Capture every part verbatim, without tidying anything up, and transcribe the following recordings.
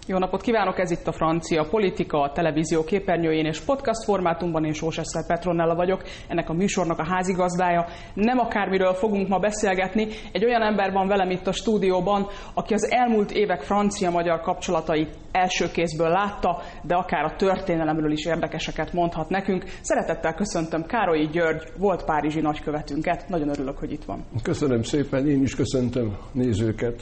Jó napot kívánok, ez itt a Francia Politika, a televízió képernyőjén és podcast formátumban, én Sós Eszter Petronella vagyok, ennek a műsornak a házigazdája. Nem akármiről fogunk ma beszélgetni, egy olyan ember van velem itt a stúdióban, aki az elmúlt évek francia-magyar kapcsolatait első kézből látta, de akár a történelemről is érdekeseket mondhat nekünk. Szeretettel köszöntöm Károlyi György, volt párizsi nagykövetünket, nagyon örülök, hogy itt van. Köszönöm szépen, én is köszöntöm nézőket.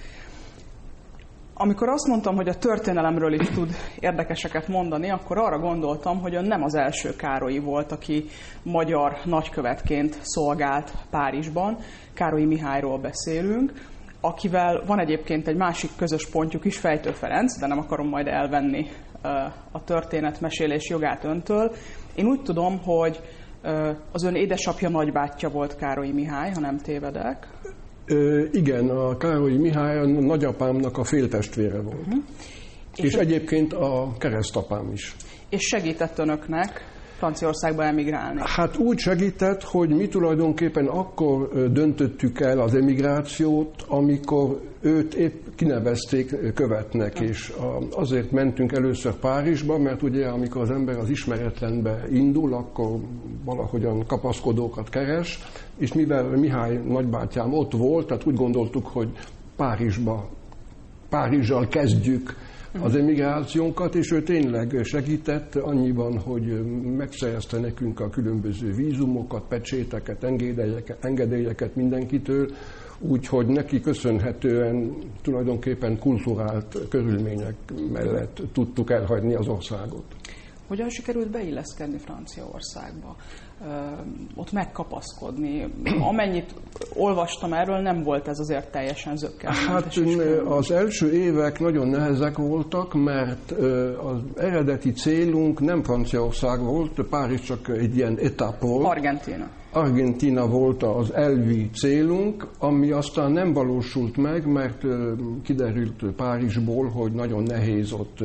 Amikor azt mondtam, hogy a történelemről is tud érdekeseket mondani, akkor arra gondoltam, hogy ön nem az első Károlyi volt, aki magyar nagykövetként szolgált Párizsban. Károlyi Mihályról beszélünk, akivel van egyébként egy másik közös pontjuk is, Fejtő Ferenc, de nem akarom majd elvenni a történetmesélés jogát öntől. Én úgy tudom, hogy az ön édesapja nagybátyja volt Károlyi Mihály, ha nem tévedek. Ö, igen, a Károlyi Mihály a nagyapámnak a féltestvére volt. Uh-huh. És, és egyébként a keresztapám is. És segített önöknek Franciaországba emigrálni? Hát úgy segített, hogy mi tulajdonképpen akkor döntöttük el az emigrációt, amikor őt épp kinevezték követnek, uh-huh. és azért mentünk először Párizsba, mert ugye amikor az ember az ismeretlenbe indul, akkor valahogyan kapaszkodókat keres, és mivel Mihály nagybátyám ott volt, tehát úgy gondoltuk, hogy Párizsba, Párizsal kezdjük az emigrációnkat, és ő tényleg segített annyiban, hogy megszerezte nekünk a különböző vízumokat, pecséteket, engedélyeket, engedélyeket mindenkitől, úgyhogy neki köszönhetően tulajdonképpen kulturált körülmények mellett tudtuk elhagyni az országot. Hogyan sikerült beilleszkedni Franciaországba? Ott megkapaszkodni. Amennyit olvastam erről, nem volt ez azért teljesen zökkenőmentes. Hát az első évek nagyon nehezek voltak, mert az eredeti célunk nem Franciaország volt, Párizs csak egy ilyen etap volt. Argentína. Argentína volt az elvi célunk, ami aztán nem valósult meg, mert kiderült Párizsból, hogy nagyon nehéz ott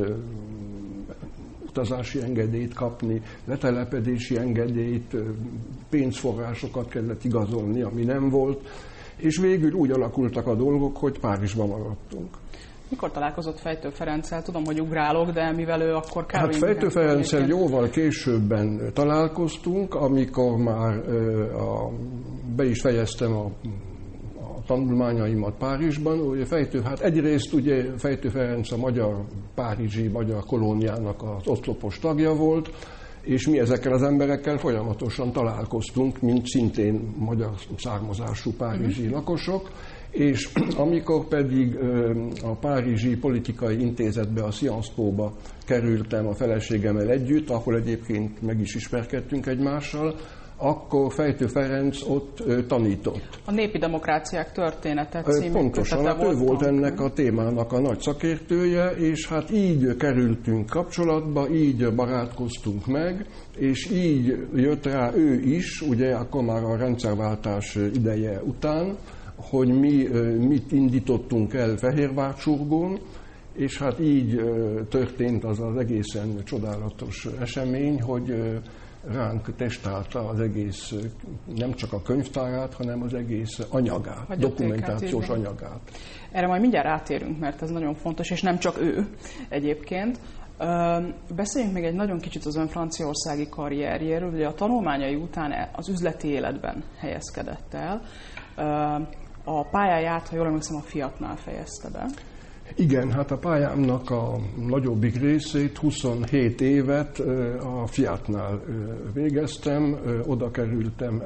utazási engedélyt kapni, letelepedési engedélyt, pénzforrásokat kellett igazolni, ami nem volt, és végül úgy alakultak a dolgok, hogy Párizsban maradtunk. Mikor találkozott Fejtő Ferenccel? Tudom, hogy ugrálok, de mivel ő akkor Károlyi Hát Fejtő Ferenccel jóval későbben találkoztunk, amikor már a, be is fejeztem a tanulmányaimat Párizsban. Ugye Fejtő, hát egyrészt ugye Fejtő Ferenc a magyar, párizsi magyar kolóniának az oszlopos tagja volt, és mi ezekkel az emberekkel folyamatosan találkoztunk, mint szintén magyar származású párizsi uh-huh. lakosok, és amikor pedig a Párizsi Politikai Intézetbe, a Sciences Po-ba kerültem a feleségemmel együtt, ahol egyébként meg is ismerkedtünk egymással, akkor Fejtő Ferenc ott ö, tanított. A Népi Demokráciák története című Pontosan, hát ő volt ennek a témának a nagy szakértője, és hát így kerültünk kapcsolatba, így barátkoztunk meg, és így jött rá ő is, ugye akkor már a rendszerváltás ideje után, hogy mi mit indítottunk el Fehérvárcsurgón, és hát így történt az az egészen csodálatos esemény, hogy ránk testálta az egész, nem csak a könyvtárát, hanem az egész anyagát, a dokumentációs anyagát. Erre majd mindjárt rátérünk, mert ez nagyon fontos, és nem csak ő egyébként. Beszéljünk még egy nagyon kicsit az ön franciaországi karrierjéről. Ugye a tanulmányai után az üzleti életben helyezkedett el. A pályáját, ha jól emlékszem, a Fiatnál fejezte be. Igen, hát a pályámnak a nagyobbik részét, huszonhét évet a Fiatnál végeztem, oda kerültem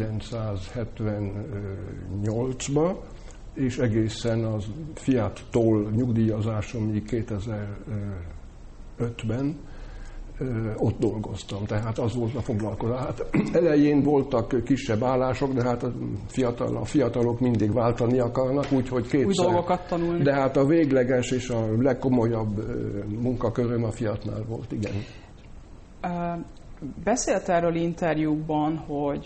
ezerkilencszázhetvennyolcba, és egészen az Fiattól nyugdíjazásomig kétezer-ötben ott dolgoztam, tehát az volt a foglalkozás. Hát elején voltak kisebb állások, de hát a, fiatal, a fiatalok mindig váltani akarnak, úgyhogy kétszer. Új dolgokat tanulni. De hát a végleges és a legkomolyabb munkaköröm a Fiatnál volt, igen. Beszélt erről interjúkban, hogy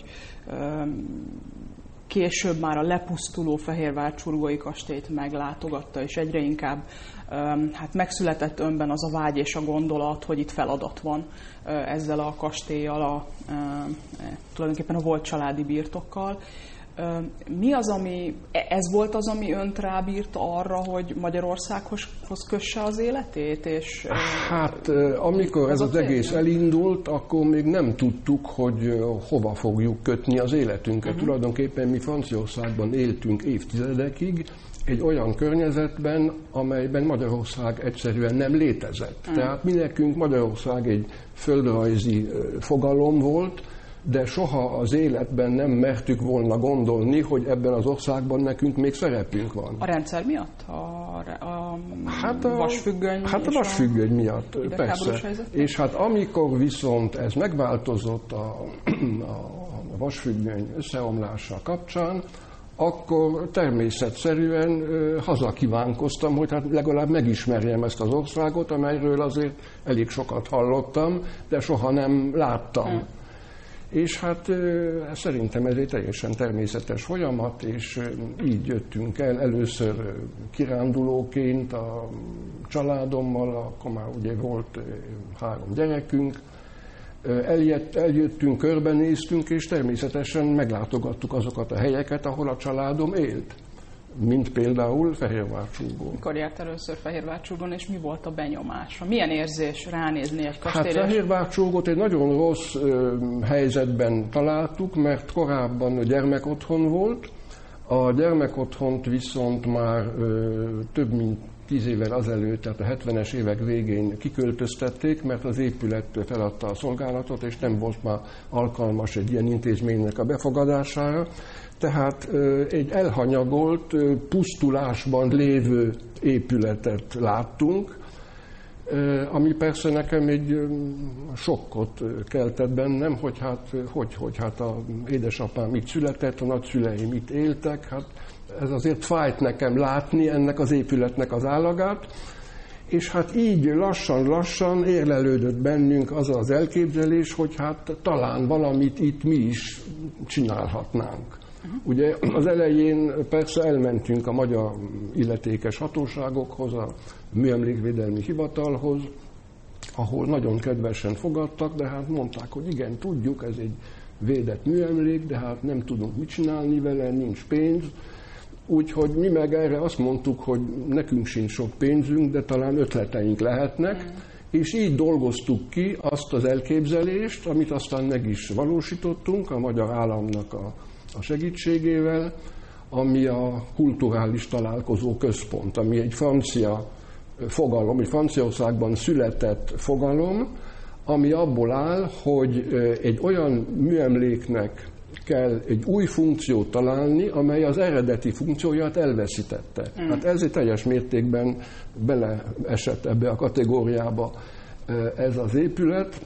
később már a lepusztuló Fehérvárcsurgói kastélyt meglátogatta, és egyre inkább hát megszületett önben az a vágy és a gondolat, hogy itt feladat van ezzel a kastéllyal, a, tulajdonképpen a volt családi birtokkal. Mi az, ami, ez volt az, ami önt rábírt arra, hogy Magyarországhoz kösse az életét? És hát amikor ez az egész elindult, akkor még nem tudtuk, hogy hova fogjuk kötni az életünket. Uh-huh. Tulajdonképpen mi Franciaországban éltünk évtizedekig, egy olyan környezetben, amelyben Magyarország egyszerűen nem létezett. Uh-huh. Tehát mi nekünk Magyarország egy földrajzi fogalom volt, de soha az életben nem mertük volna gondolni, hogy ebben az országban nekünk még szerepünk van. A rendszer miatt? A, a hát a vasfüggöny? Hát a vasfüggöny miatt, persze. Helyzet? És hát amikor viszont ez megváltozott a, a vasfüggöny összeomlása kapcsán, akkor természetszerűen hazakívánkoztam, hogy hát legalább megismerjem ezt az országot, amelyről azért elég sokat hallottam, de soha nem láttam. Hmm. És hát szerintem ez egy teljesen természetes folyamat, és így jöttünk el először kirándulóként a családommal, akkor már ugye volt három gyerekünk, Eljött, eljöttünk, körbenéztünk, és természetesen meglátogattuk azokat a helyeket, ahol a családom élt. Mint például Fehérvárcsúgon. Mikor járt először Fehérvárcsúgon, és mi volt a benyomása? Milyen érzés ránézni egy kastélyra? Hát Fehérvárcsúgot egy nagyon rossz ö, helyzetben találtuk, mert korábban gyermekotthon volt. A gyermekotthont viszont már ö, több mint tíz évvel azelőtt, tehát a hetvenes évek végén kiköltöztették, mert az épület feladta a szolgálatot, és nem volt már alkalmas egy ilyen intézménynek a befogadására. Tehát egy elhanyagolt, pusztulásban lévő épületet láttunk, ami persze nekem egy sokkot keltett bennem, hogy hát, hogy, hogy hát a édesapám itt született, a nagyszüleim itt éltek, hát ez azért fájt nekem látni ennek az épületnek az állagát, és hát így lassan-lassan érlelődött bennünk az az elképzelés, hogy hát talán valamit itt mi is csinálhatnánk. Ugye az elején persze elmentünk a magyar illetékes hatóságokhoz, a Műemlékvédelmi Hivatalhoz, ahol nagyon kedvesen fogadtak, de hát mondták, hogy igen, tudjuk, ez egy védett műemlék, de hát nem tudunk mit csinálni vele, nincs pénz. Úgyhogy mi meg erre azt mondtuk, hogy nekünk sincs sok pénzünk, de talán ötleteink lehetnek, mm. és így dolgoztuk ki azt az elképzelést, amit aztán meg is valósítottunk a magyar államnak a, a segítségével, ami a kulturális találkozó központ, ami egy francia fogalom, egy Franciaországban született fogalom, ami abból áll, hogy egy olyan műemléknek kell egy új funkciót találni, amely az eredeti funkcióját elveszítette. Mm. Hát ez egy teljes mértékben beleesett ebbe a kategóriába ez az épület,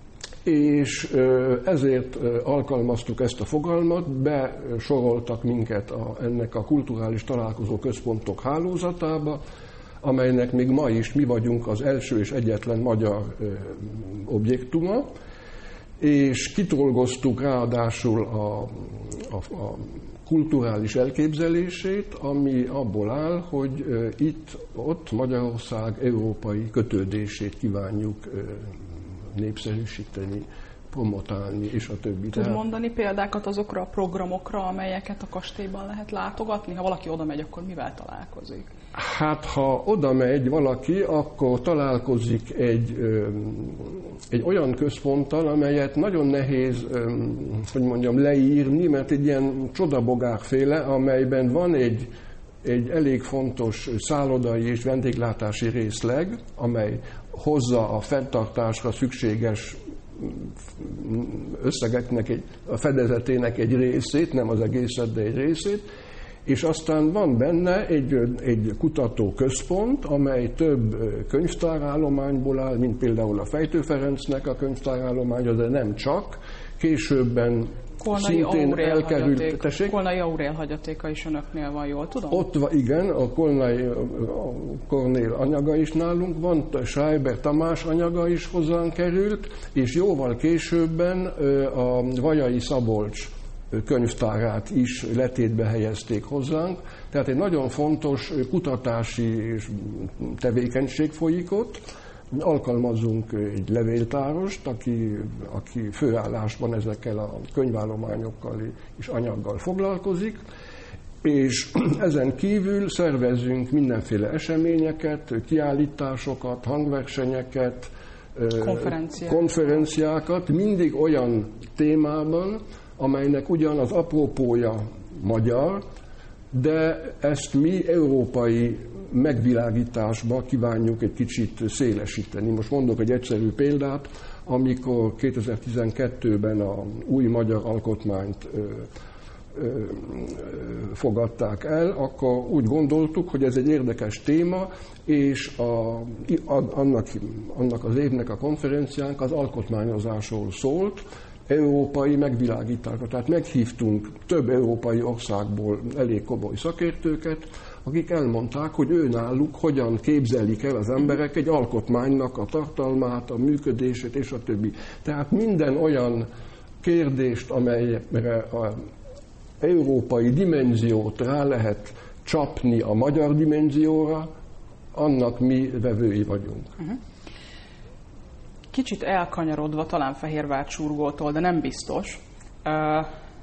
és ezért alkalmaztuk ezt a fogalmat, besoroltak minket a, ennek a kulturális találkozó központok hálózatába, amelynek még ma is mi vagyunk az első és egyetlen magyar objektuma, és kitolgoztuk ráadásul a, a, a kulturális elképzelését, ami abból áll, hogy itt, ott Magyarország európai kötődését kívánjuk népszerűsíteni, promotálni, és a többi. Tud mondani példákat azokra a programokra, amelyeket a kastélyban lehet látogatni? Ha valaki oda megy, akkor mivel találkozik? Hát, ha oda megy valaki, akkor találkozik egy, egy olyan központtal, amelyet nagyon nehéz, hogy mondjam, leírni, mert egy ilyen csodabogárféle, amelyben van egy, egy elég fontos szállodai és vendéglátási részleg, amely hozza a fenntartásra szükséges összegeknek, egy, a fedezetének egy részét, nem az egészet, de egy részét, és aztán van benne egy, egy kutatóközpont, amely több könyvtárállományból áll, mint például a Fejtő Ferencnek a könyvtárállománya, de nem csak. Későbben Kolnai szintén Aurél elkerült... Hagyaték, Kolnai Aurél hagyatéka is önöknél van, jól tudom? Ott van, igen, a Kolnai a Kornél anyaga is nálunk van, a Schreiber Tamás anyaga is hozzánk került, és jóval későbben a Vajai Szabolcs könyvtárát is letétbe helyezték hozzánk. Tehát egy nagyon fontos kutatási tevékenység folyik ott, alkalmazzunk egy levéltárost, aki, aki főállásban ezekkel a könyvállományokkal és anyaggal foglalkozik, és ezen kívül szervezzünk mindenféle eseményeket, kiállításokat, hangversenyeket, Konferenciák. konferenciákat, mindig olyan témában, amelynek ugyan az apropója magyar, de ezt mi európai megvilágításba kívánjuk egy kicsit szélesíteni. Most mondok egy egyszerű példát, amikor kétezer-tizenkettőben a új magyar alkotmányt ö, ö, fogadták el, akkor úgy gondoltuk, hogy ez egy érdekes téma, és a, a, annak, annak az évnek a konferenciánk az alkotmányozásról szólt, európai megvilágításra. Tehát meghívtunk több európai országból elég komoly szakértőket, akik elmondták, hogy ő náluk hogyan képzelik el az emberek egy alkotmánynak a tartalmát, a működését és a többi. Tehát minden olyan kérdést, amelyre az európai dimenziót rá lehet csapni a magyar dimenzióra, annak mi vevői vagyunk. Uh-huh. Kicsit elkanyarodva talán Fehérvár-Csurgótól, de nem biztos. Uh,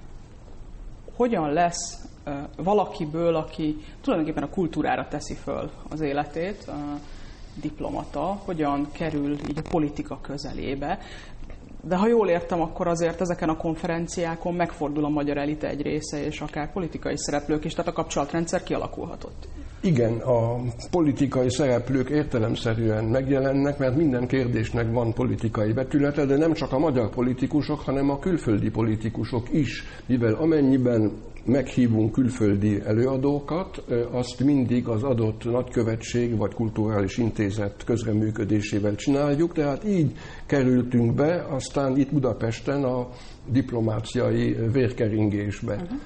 hogyan lesz uh, valakiből, aki tulajdonképpen a kultúrára teszi föl az életét, uh, diplomata, hogyan kerül így a politika közelébe? De ha jól értem, akkor azért ezeken a konferenciákon megfordul a magyar elit egy része, és akár politikai szereplők is, tehát a kapcsolatrendszer kialakulhatott. Igen, a politikai szereplők értelemszerűen megjelennek, mert minden kérdésnek van politikai vetülete, de nem csak a magyar politikusok, hanem a külföldi politikusok is, mivel amennyiben meghívunk külföldi előadókat, azt mindig az adott nagykövetség vagy kulturális intézet közreműködésével csináljuk, tehát így kerültünk be, aztán itt Budapesten a diplomáciai vérkeringésbe. Uh-huh.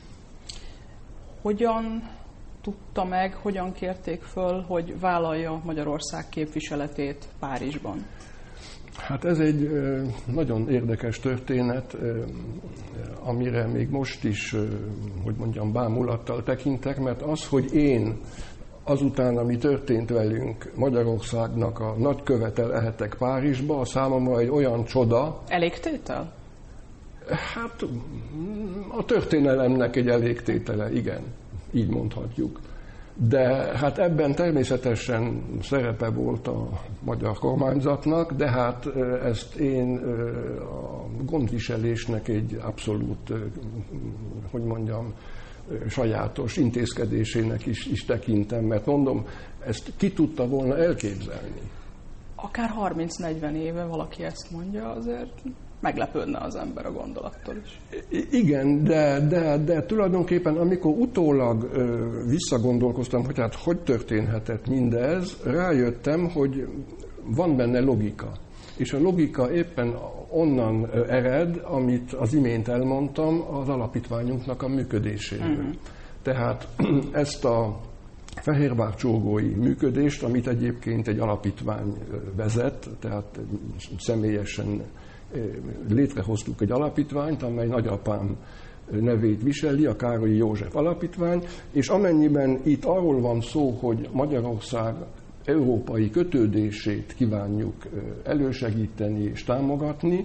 Hogyan tudta meg, hogyan kérték föl, hogy vállalja Magyarország képviseletét Párizsban? Hát ez egy nagyon érdekes történet, amire még most is, hogy mondjam, bámulattal tekintek, mert az, hogy én azután, ami történt velünk, Magyarországnak a nagykövete lehetek Párizsba, a számomra egy olyan csoda. Elégtétel? Hát a történelemnek egy elégtétele, igen, így mondhatjuk. De hát ebben természetesen szerepe volt a magyar kormányzatnak, de hát ezt én a gondviselésnek egy abszolút, hogy mondjam, sajátos intézkedésének is, is tekintem, mert mondom, ezt ki tudta volna elképzelni. Akár harminc-negyven éve valaki ezt mondja, azért meglepődne az ember a gondolattól is. Igen, de, de, de tulajdonképpen amikor utólag ö, visszagondolkoztam, hogy hát hogy történhetett mindez, rájöttem, hogy van benne logika. És a logika éppen onnan ered, amit az imént elmondtam, az alapítványunknak a működéséből. Uh-huh. Tehát ezt a fehérvárcsógói működést, amit egyébként egy alapítvány vezet, tehát személyesen létrehoztuk egy alapítványt, amely nagyapám nevét viseli, a Károlyi József Alapítvány, és amennyiben itt arról van szó, hogy Magyarország európai kötődését kívánjuk elősegíteni és támogatni,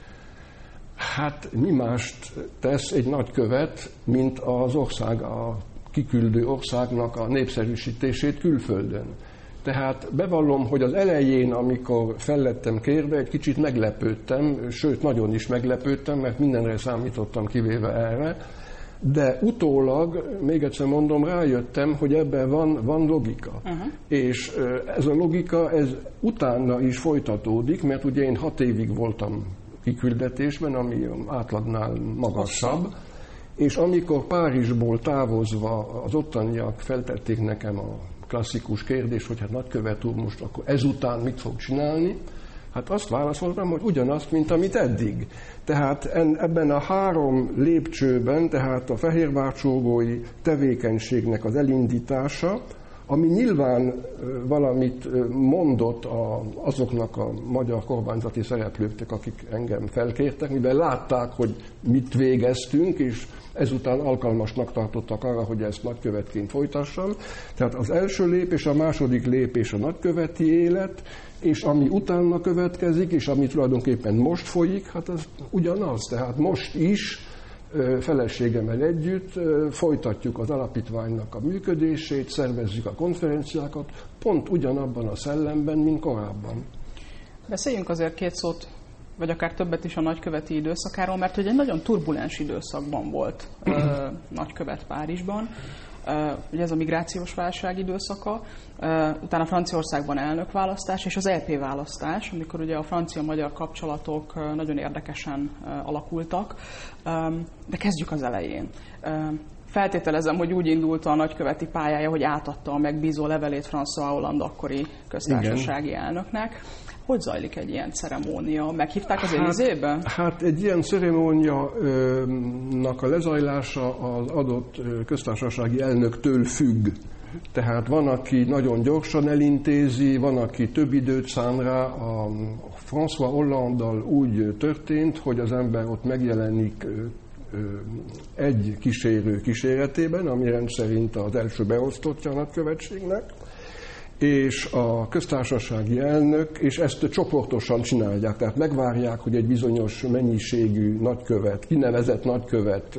hát mi mást tesz egy nagykövet, mint az ország, a kiküldő országnak a népszerűsítését külföldön. Tehát bevallom, hogy az elején, amikor fellettem kérve, egy kicsit meglepődtem, sőt, nagyon is meglepődtem, mert mindenre számítottam, kivéve erre, de utólag, még egyszer mondom, rájöttem, hogy ebben van, van logika. Uh-huh. És ez a logika, ez utána is folytatódik, mert ugye én hat évig voltam kiküldetésben, ami átlagnál magasabb, Hosszan. És amikor Párizsból távozva az ottaniak feltették nekem a klasszikus kérdés, hogy hát nagykövet úr, most akkor ezután mit fog csinálni? Hát azt válaszoltam, hogy ugyanazt, mint amit eddig. Tehát ebben a három lépcsőben, tehát a fehérvárcsógói tevékenységnek az elindítása, ami nyilván valamit mondott a, azoknak a magyar kormányzati szereplőknek, akik engem felkértek, mivel látták, hogy mit végeztünk, és ezután alkalmasnak tartottak arra, hogy ezt nagykövetként folytassam. Tehát az első lépés, a második lépés a nagyköveti élet, és ami utána következik, és ami tulajdonképpen most folyik, hát ez ugyanaz. Tehát most is feleségemmel együtt folytatjuk az alapítványnak a működését, szervezzük a konferenciákat, pont ugyanabban a szellemben, mint korábban. Beszéljünk azért két szót, vagy akár többet is a nagyköveti időszakáról, mert hogy egy nagyon turbulens időszakban volt nagykövet Párizsban. Ugye ez a migrációs válság időszaka, utána Franciaországban elnökválasztás és az é pé választás, amikor ugye a francia-magyar kapcsolatok nagyon érdekesen alakultak. De kezdjük az elején. Feltételezem, hogy úgy indult a nagyköveti pályája, hogy átadta a megbízó levelét François Hollande akkori köztársasági Igen. elnöknek. Hogy zajlik egy ilyen ceremónia? Meghívták az Élizébe? Hát, hát egy ilyen ceremóniának a lezajlása az adott köztársasági elnöktől függ. Tehát van, aki nagyon gyorsan elintézi, van, aki több időt szán rá. A François Hollande-dal úgy történt, hogy az ember ott megjelenik egy kísérő kíséretében, ami rendszerint az első beosztottja a nagykövetségnek, és a köztársasági elnök, és ezt csoportosan csinálják, tehát megvárják, hogy egy bizonyos mennyiségű nagykövet, kinevezett nagykövet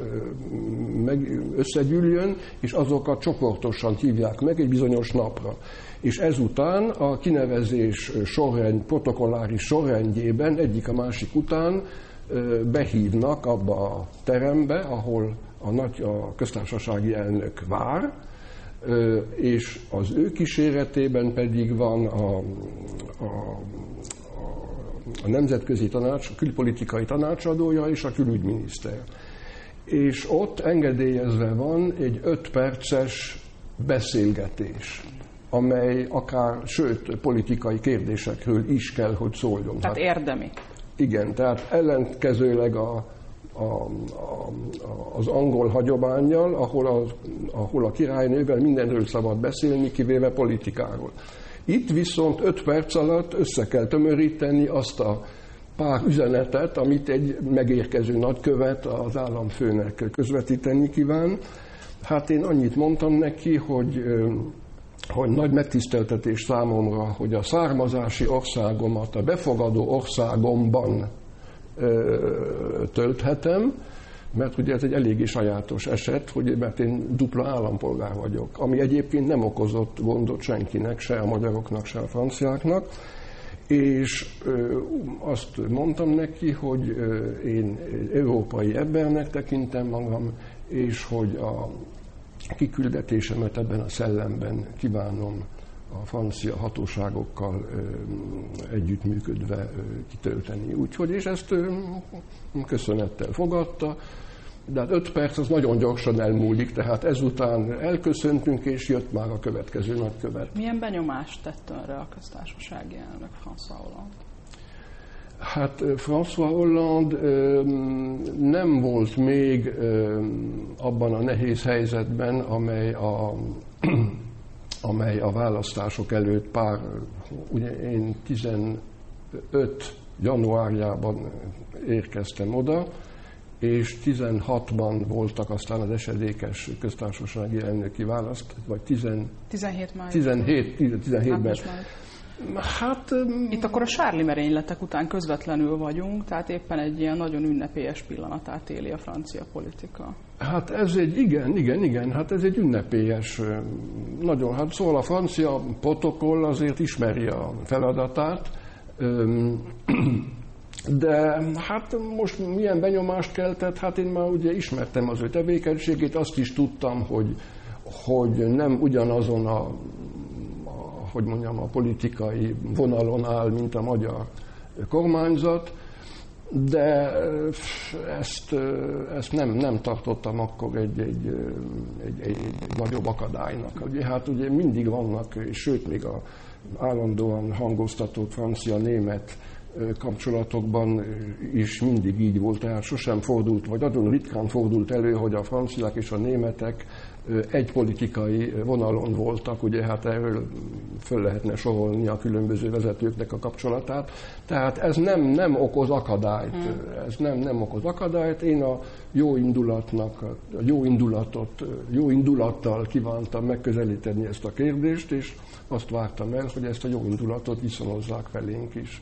összegyűljön, és azokat csoportosan hívják meg egy bizonyos napra. És ezután a kinevezés sorrend, protokolláris sorrendjében egyik a másik után behívnak abba a terembe, ahol a, nagy, a köztársasági elnök vár, és az ő kíséretében pedig van a, a, a nemzetközi tanács, a külpolitikai tanácsadója és a külügyminiszter. És ott engedélyezve van egy öt perces beszélgetés, amely akár, sőt, politikai kérdésekről is kell, hogy szóljon. Tehát érdemi. Igen, tehát ellenkezőleg a A, a, az angol hagyománnyal, ahol a, ahol a királynővel mindenről szabad beszélni, kivéve politikáról. Itt viszont öt perc alatt össze kell tömöríteni azt a pár üzenetet, amit egy megérkező nagykövet az államfőnek közvetíteni kíván. Hát én annyit mondtam neki, hogy, hogy nagy megtiszteltetés számomra, hogy a származási országomat a befogadó országomban tölthetem, mert ugye ez egy eléggé sajátos eset, hogy mert én dupla állampolgár vagyok, ami egyébként nem okozott gondot senkinek, se a magyaroknak, se a franciáknak, és azt mondtam neki, hogy én európai embernek tekintem magam, és hogy a kiküldetésemet ebben a szellemben kívánom a francia hatóságokkal ö, együttműködve ö, kitölteni. Úgyhogy, és ezt ö, köszönettel fogadta, de hát öt perc az nagyon gyorsan elmúlik, tehát ezután elköszöntünk, és jött már a következő nagykövet. Milyen benyomást tett önre a köztársasági elnök François Hollande? Hát François Hollande ö, nem volt még ö, abban a nehéz helyzetben, amely a amely a választások előtt pár, ugye én tizenöt januárjában érkeztem oda, és tizenhatban voltak aztán az esedékes köztársasági elnöki választ, vagy tizen, tizenhét május. tizenhét, tizenhétben. Hát, itt akkor a sárli merényletek után közvetlenül vagyunk, tehát éppen egy ilyen nagyon ünnepélyes pillanatát éli a francia politika. Hát ez egy, igen, igen, igen, hát ez egy ünnepélyes, nagyon, hát szóval a francia protokoll azért ismeri a feladatát, de hát most milyen benyomást keltett, hát én már ugye ismertem az ő tevékenységét, azt is tudtam, hogy, hogy nem ugyanazon a hogy mondjam, a politikai vonalon áll, mint a magyar kormányzat, de ezt, ezt nem, nem tartottam akkor egy, egy, egy, egy, egy nagyobb akadálynak. Ugye, hát ugye mindig vannak, és sőt, még a állandóan hangoztatott francia-német kapcsolatokban is mindig így volt, tehát sosem fordult, vagy nagyon ritkán fordult elő, hogy a franciák és a németek egy politikai vonalon voltak, ugye hát erről föl lehetne sorolni a különböző vezetőknek a kapcsolatát. Tehát ez nem, nem okoz akadályt, ez nem, nem okoz akadályt. Én a jó indulatnak, a jó indulatot, jó indulattal kívántam megközelíteni ezt a kérdést, és azt vártam el, hogy ezt a jó indulatot viszonozzák felénk is.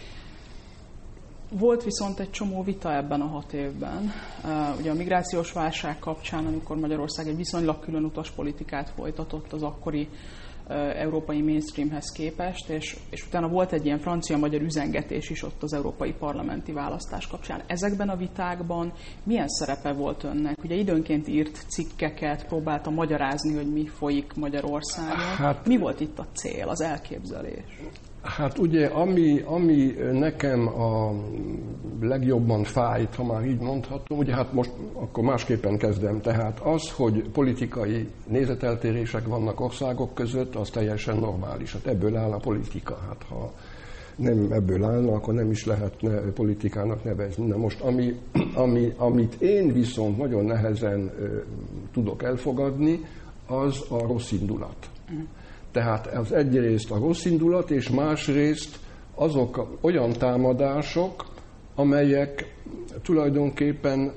Volt viszont egy csomó vita ebben a hat évben. Ugye a migrációs válság kapcsán, amikor Magyarország egy viszonylag különutas politikát folytatott az akkori európai mainstreamhez képest, és, és utána volt egy ilyen francia-magyar üzengetés is ott az európai parlamenti választás kapcsán. Ezekben a vitákban milyen szerepe volt önnek? Ugye időnként írt cikkeket, próbálta magyarázni, hogy mi folyik Magyarországon. Hát, mi volt itt a cél, az elképzelés? Hát ugye, ami, ami nekem a legjobban fájt, ha már így mondhatom, ugye hát most akkor másképpen kezdem, tehát az, hogy politikai nézeteltérések vannak országok között, az teljesen normális. Hát ebből áll a politika. Hát ha nem ebből állna, akkor nem is lehetne politikának nevezni. Na most, ami, ami, amit én viszont nagyon nehezen uh, tudok elfogadni, az a rossz indulat. Tehát az egyrészt a rossz indulat, és másrészt azok olyan támadások, amelyek tulajdonképpen,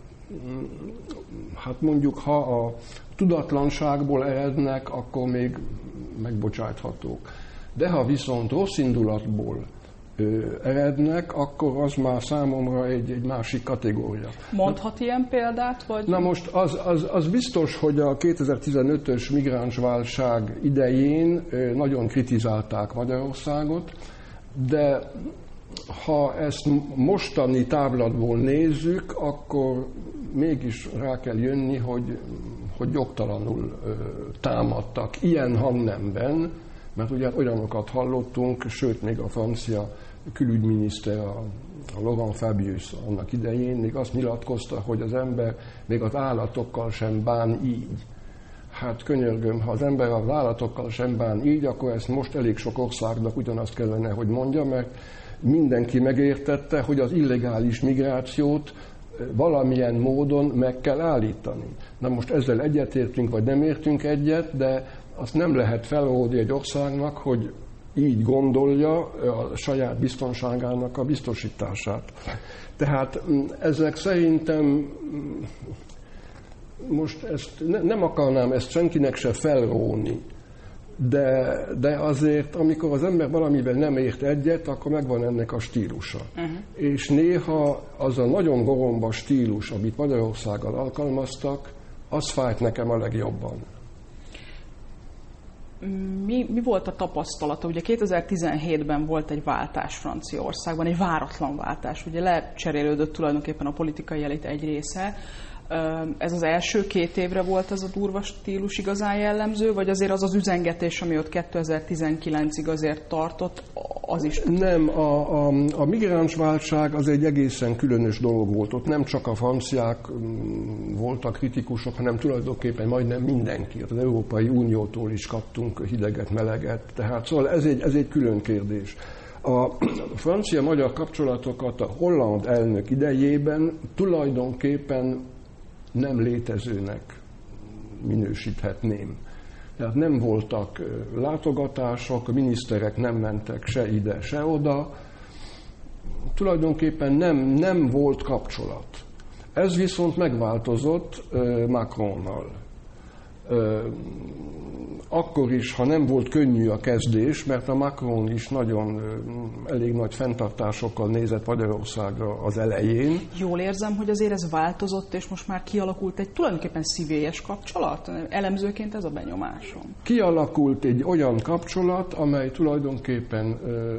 hát mondjuk, ha a tudatlanságból erednek, akkor még megbocsáthatók. De ha viszont rossz indulatból ö, erednek, akkor az már számomra egy, egy másik kategória. Mondhat na, ilyen példát? Vagy? Na most az, az, az biztos, hogy a kétezer-tizenötös migránsválság idején ö, nagyon kritizálták Magyarországot, de ha ezt mostani távlatból nézzük, akkor mégis rá kell jönni, hogy, hogy jogtalanul ö, támadtak ilyen hangnemben, mert ugye olyanokat hallottunk, sőt még a francia külügyminiszter, a, a Laurent Fabius annak idején még azt nyilatkozta, hogy az ember még az állatokkal sem bán így. Hát könyörgöm, ha az ember az állatokkal sem bán így, akkor ezt most elég sok országnak ugyanazt kellene, hogy mondja, mert mindenki megértette, hogy az illegális migrációt valamilyen módon meg kell állítani. Na most ezzel egyetértünk, vagy nem értünk egyet, de azt nem lehet felróni egy országnak, hogy így gondolja a saját biztonságának a biztosítását. Tehát ezek szerintem, most ezt nem akarnám ezt senkinek se felróni, de, de azért, amikor az ember valamivel nem ért egyet, akkor megvan ennek a stílusa. Uh-huh. És néha az a nagyon goromba stílus, amit Magyarországgal alkalmaztak, az fájt nekem a legjobban. Mi, mi volt a tapasztalata? Ugye kétezer-tizenhétben volt egy váltás Franciaországban, egy váratlan váltás. Ugye lecserélődött tulajdonképpen a politikai elit egy része. Ez az első két évre volt ez a durva stílus igazán jellemző, vagy azért az az üzengetés, ami ott kétezer-tizenkilencig azért tartott, az is? Nem, a, a, a migránsválság az egy egészen különös dolog volt. Ott nem csak a franciák voltak kritikusok, hanem tulajdonképpen majdnem mindenki. Az Európai Uniótól is kaptunk hideget, meleget. Tehát szóval ez egy, ez egy külön kérdés. A francia-magyar kapcsolatokat a holland elnök idejében tulajdonképpen nem létezőnek minősíthetném. Tehát nem voltak látogatások, a miniszterek nem mentek se ide, se oda. Tulajdonképpen nem, nem volt kapcsolat. Ez viszont megváltozott Macronnal. Akkor is, ha nem volt könnyű a kezdés, mert a Macron is nagyon elég nagy fenntartásokkal nézett Magyarországra az elején. Jól érzem, hogy azért ez változott, és most már kialakult egy tulajdonképpen szívélyes kapcsolat? Elemzőként ez a benyomásom. Kialakult egy olyan kapcsolat, amely tulajdonképpen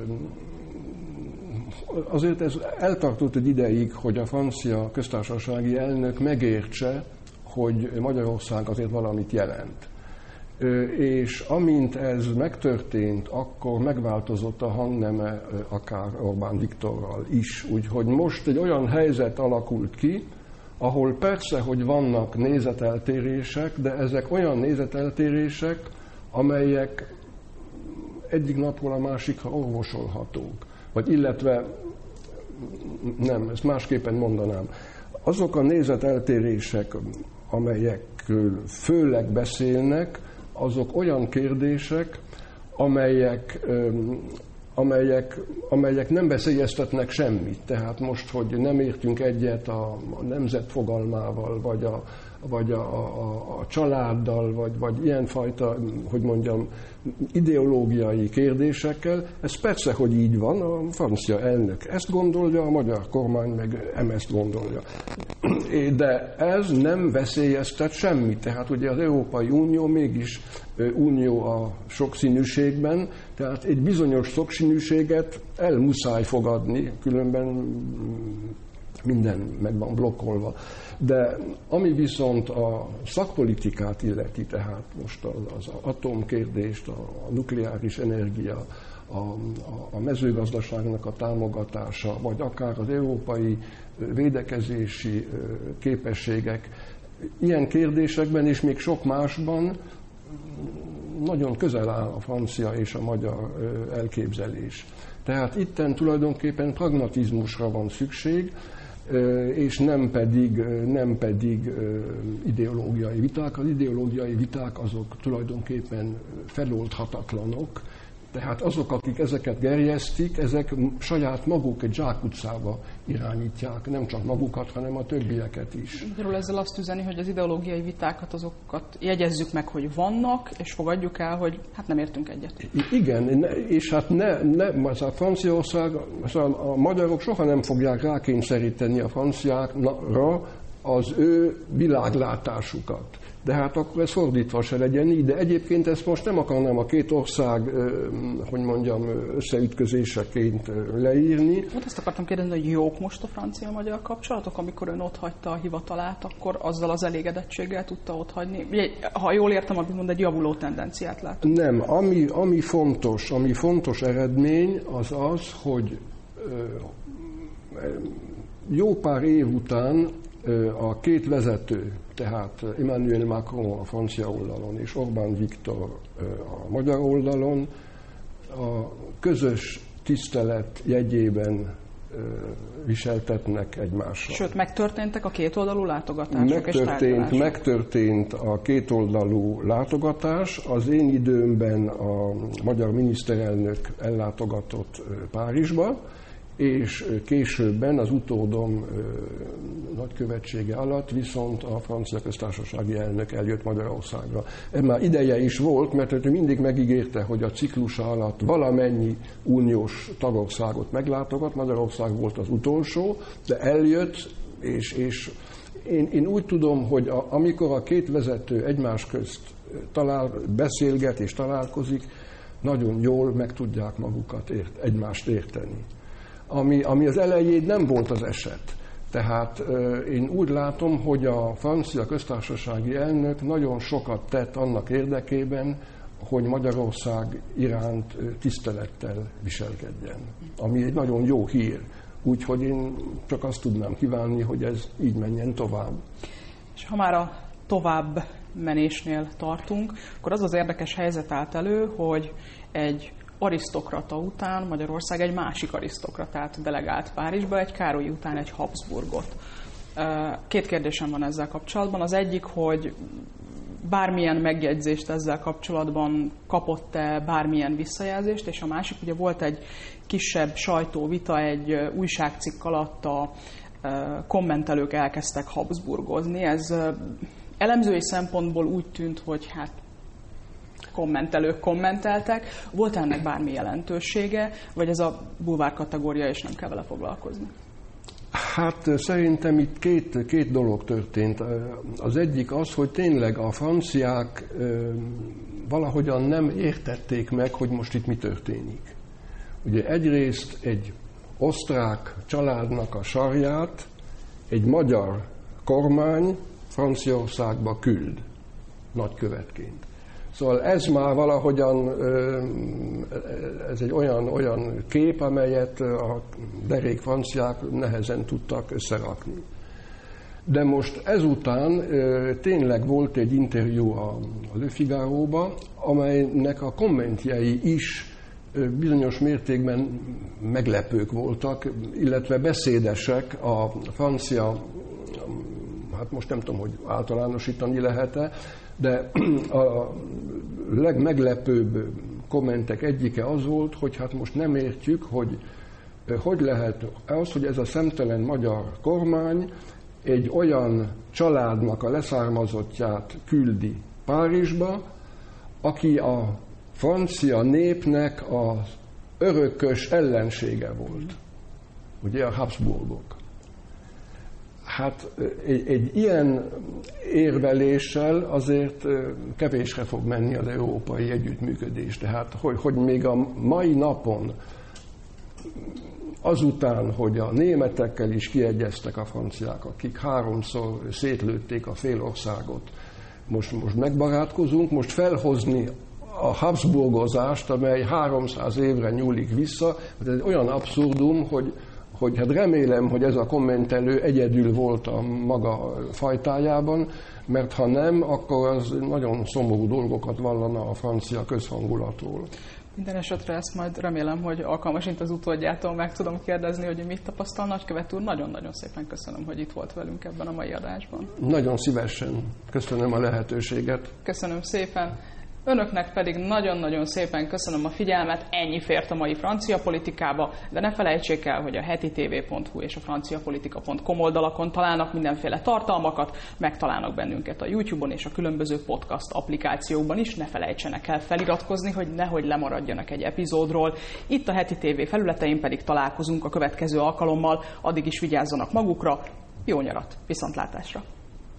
azért ez eltartott egy ideig, hogy a francia köztársasági elnök megértse, hogy Magyarország azért valamit jelent. És amint ez megtörtént, akkor megváltozott a hangneme akár Orbán Viktorral is. Úgyhogy most egy olyan helyzet alakult ki, ahol persze, hogy vannak nézeteltérések, de ezek olyan nézeteltérések, amelyek egyik napról a másikra orvosolhatók. Vagy illetve, nem, ezt másképpen mondanám. Azok a nézeteltérések, amelyek amikről főleg beszélnek, azok olyan kérdések, amelyek, amelyek, amelyek nem veszélyeztetnek semmit. Tehát most, hogy nem értünk egyet a, a nemzet fogalmával, vagy a, vagy a, a, a családdal, vagy, vagy ilyenfajta, hogy mondjam, ideológiai kérdésekkel, ez persze, hogy így van, a francia elnök ezt gondolja, a magyar kormány meg ezt gondolja. De ez nem veszélyeztet semmit. Tehát ugye az Európai Unió mégis unió a sokszínűségben, tehát egy bizonyos sokszínűséget el muszáj fogadni, különben minden meg van blokkolva. De ami viszont a szakpolitikát illeti, tehát most az, az atomkérdést, a, a nukleáris energia, a, a, a mezőgazdaságnak a támogatása, vagy akár az európai védekezési képességek, ilyen kérdésekben és még sok másban nagyon közel áll a francia és a magyar elképzelés. Tehát itten tulajdonképpen pragmatizmusra van szükség, és nem pedig, nem pedig ideológiai viták. Az ideológiai viták azok tulajdonképpen feloldhatatlanok, tehát azok, akik ezeket gerjesztik, ezek saját maguk egy zsákutcába irányítják, nem csak magukat, hanem a többieket is. Magyarul ezzel azt üzeni, hogy az ideológiai vitákat, azokat jegyezzük meg, hogy vannak, és fogadjuk el, hogy hát nem értünk egyet. Igen, és hát ne, ne a Franciaország, a magyarok soha nem fogják rákényszeríteni a franciákra az ő világlátásukat. De hát akkor ez fordítva se legyen így, de egyébként ezt most nem akarnám a két ország, hogy mondjam, összeütközéseként leírni. Hát azt akartam kérdezni, hogy jók most a francia-magyar kapcsolatok, amikor ön ott hagyta a hivatalát, akkor azzal az elégedettséggel tudta ott hagyni? Ha jól értem, akkor mond, egy javuló tendenciát lát. Nem, ami, ami fontos, ami fontos eredmény az az, hogy jó pár év után a két vezető, tehát Emmanuel Macron a francia oldalon és Orbán Viktor a magyar oldalon a közös tisztelet jegyében viseltetnek egymással. Sőt, megtörténtek a kétoldalú látogatások megtörtént, és tárgyalások? Megtörtént a kétoldalú látogatás. Az én időmben a magyar miniszterelnök ellátogatott Párizsba, és későbben az utódom nagykövetsége alatt viszont a francia köztársasági elnök eljött Magyarországra. Ez már ideje is volt, mert ő mindig megígérte, hogy a ciklusa alatt valamennyi uniós tagországot meglátogat. Magyarország volt az utolsó, de eljött, és, és én, én úgy tudom, hogy a, amikor a két vezető egymás közt talál, beszélget és találkozik, nagyon jól meg tudják magukat ért, egymást érteni. Ami, ami az elején nem volt az eset. Tehát én úgy látom, hogy a francia köztársasági elnök nagyon sokat tett annak érdekében, hogy Magyarország iránt tisztelettel viselkedjen. Ami egy nagyon jó hír. Úgyhogy én csak azt tudnám kívánni, hogy ez így menjen tovább. És ha már a tovább menésnél tartunk, akkor az az érdekes helyzet állt elő, hogy egy arisztokrata után Magyarország egy másik arisztokratát delegált Párizsba, egy Károlyi után egy Habsburgot. Két kérdésem van ezzel kapcsolatban. Az egyik, hogy bármilyen megjegyzést ezzel kapcsolatban kapott-e bármilyen visszajelzést, és a másik, ugye volt egy kisebb sajtóvita, egy újságcikk alatt a kommentelők elkezdtek Habsburgozni. Ez elemzői szempontból úgy tűnt, hogy hát kommentelők kommenteltek. Volt ennek bármi jelentősége, vagy ez a bulvár kategória, és nem kell vele foglalkozni? Hát szerintem itt két, két dolog történt. Az egyik az, hogy tényleg a franciák valahogyan nem értették meg, hogy most itt mi történik. Ugye egyrészt egy osztrák családnak a sarját egy magyar kormány Franciaországba küld nagykövetként. Szóval ez már valahogyan, ez egy olyan, olyan kép, amelyet a derék franciák nehezen tudtak összerakni. De most ezután tényleg volt egy interjú a Le Figaro-ba, amelynek a kommentjei is bizonyos mértékben meglepők voltak, illetve beszédesek a francia hát most nem tudom, hogy általánosítani lehet-e, de a legmeglepőbb kommentek egyike az volt, hogy hát most nem értjük, hogy hogy lehet az, hogy ez a szemtelen magyar kormány egy olyan családnak a leszármazottját küldi Párizsba, aki a francia népnek az örökös ellensége volt. Ugye a Habsburgok. Hát egy, egy ilyen érveléssel azért kevésre fog menni az európai együttműködés. Tehát, hogy, hogy még a mai napon, azután, hogy a németekkel is kiegyeztek a franciák, akik háromszor szétlőtték a fél országot, most, most megbarátkozunk, most felhozni a Habsburgozást, amely háromszáz évre nyúlik vissza, ez egy olyan abszurdum, hogy, hogy hát remélem, hogy ez a kommentelő egyedül volt a maga fajtájában, mert ha nem, akkor az nagyon szomorú dolgokat vallana a francia közhangulatról. Minden esetre ezt majd remélem, hogy alkalmasint az utódjától meg tudom kérdezni, hogy mit tapasztal nagykövet úr. Nagyon-nagyon szépen köszönöm, hogy itt volt velünk ebben a mai adásban. Nagyon szívesen. Köszönöm a lehetőséget. Köszönöm szépen. Önöknek pedig nagyon-nagyon szépen köszönöm a figyelmet, ennyi fért a mai francia politikába, de ne felejtsék el, hogy a hetitv pont hu és a franciapolitika pont com oldalakon találnak mindenféle tartalmakat, megtalálnak bennünket a YouTube-on és a különböző podcast applikációkban is, ne felejtsenek el feliratkozni, hogy nehogy lemaradjanak egy epizódról. Itt a Heti té vé felületein pedig találkozunk a következő alkalommal, addig is vigyázzanak magukra, jó nyarat, viszontlátásra!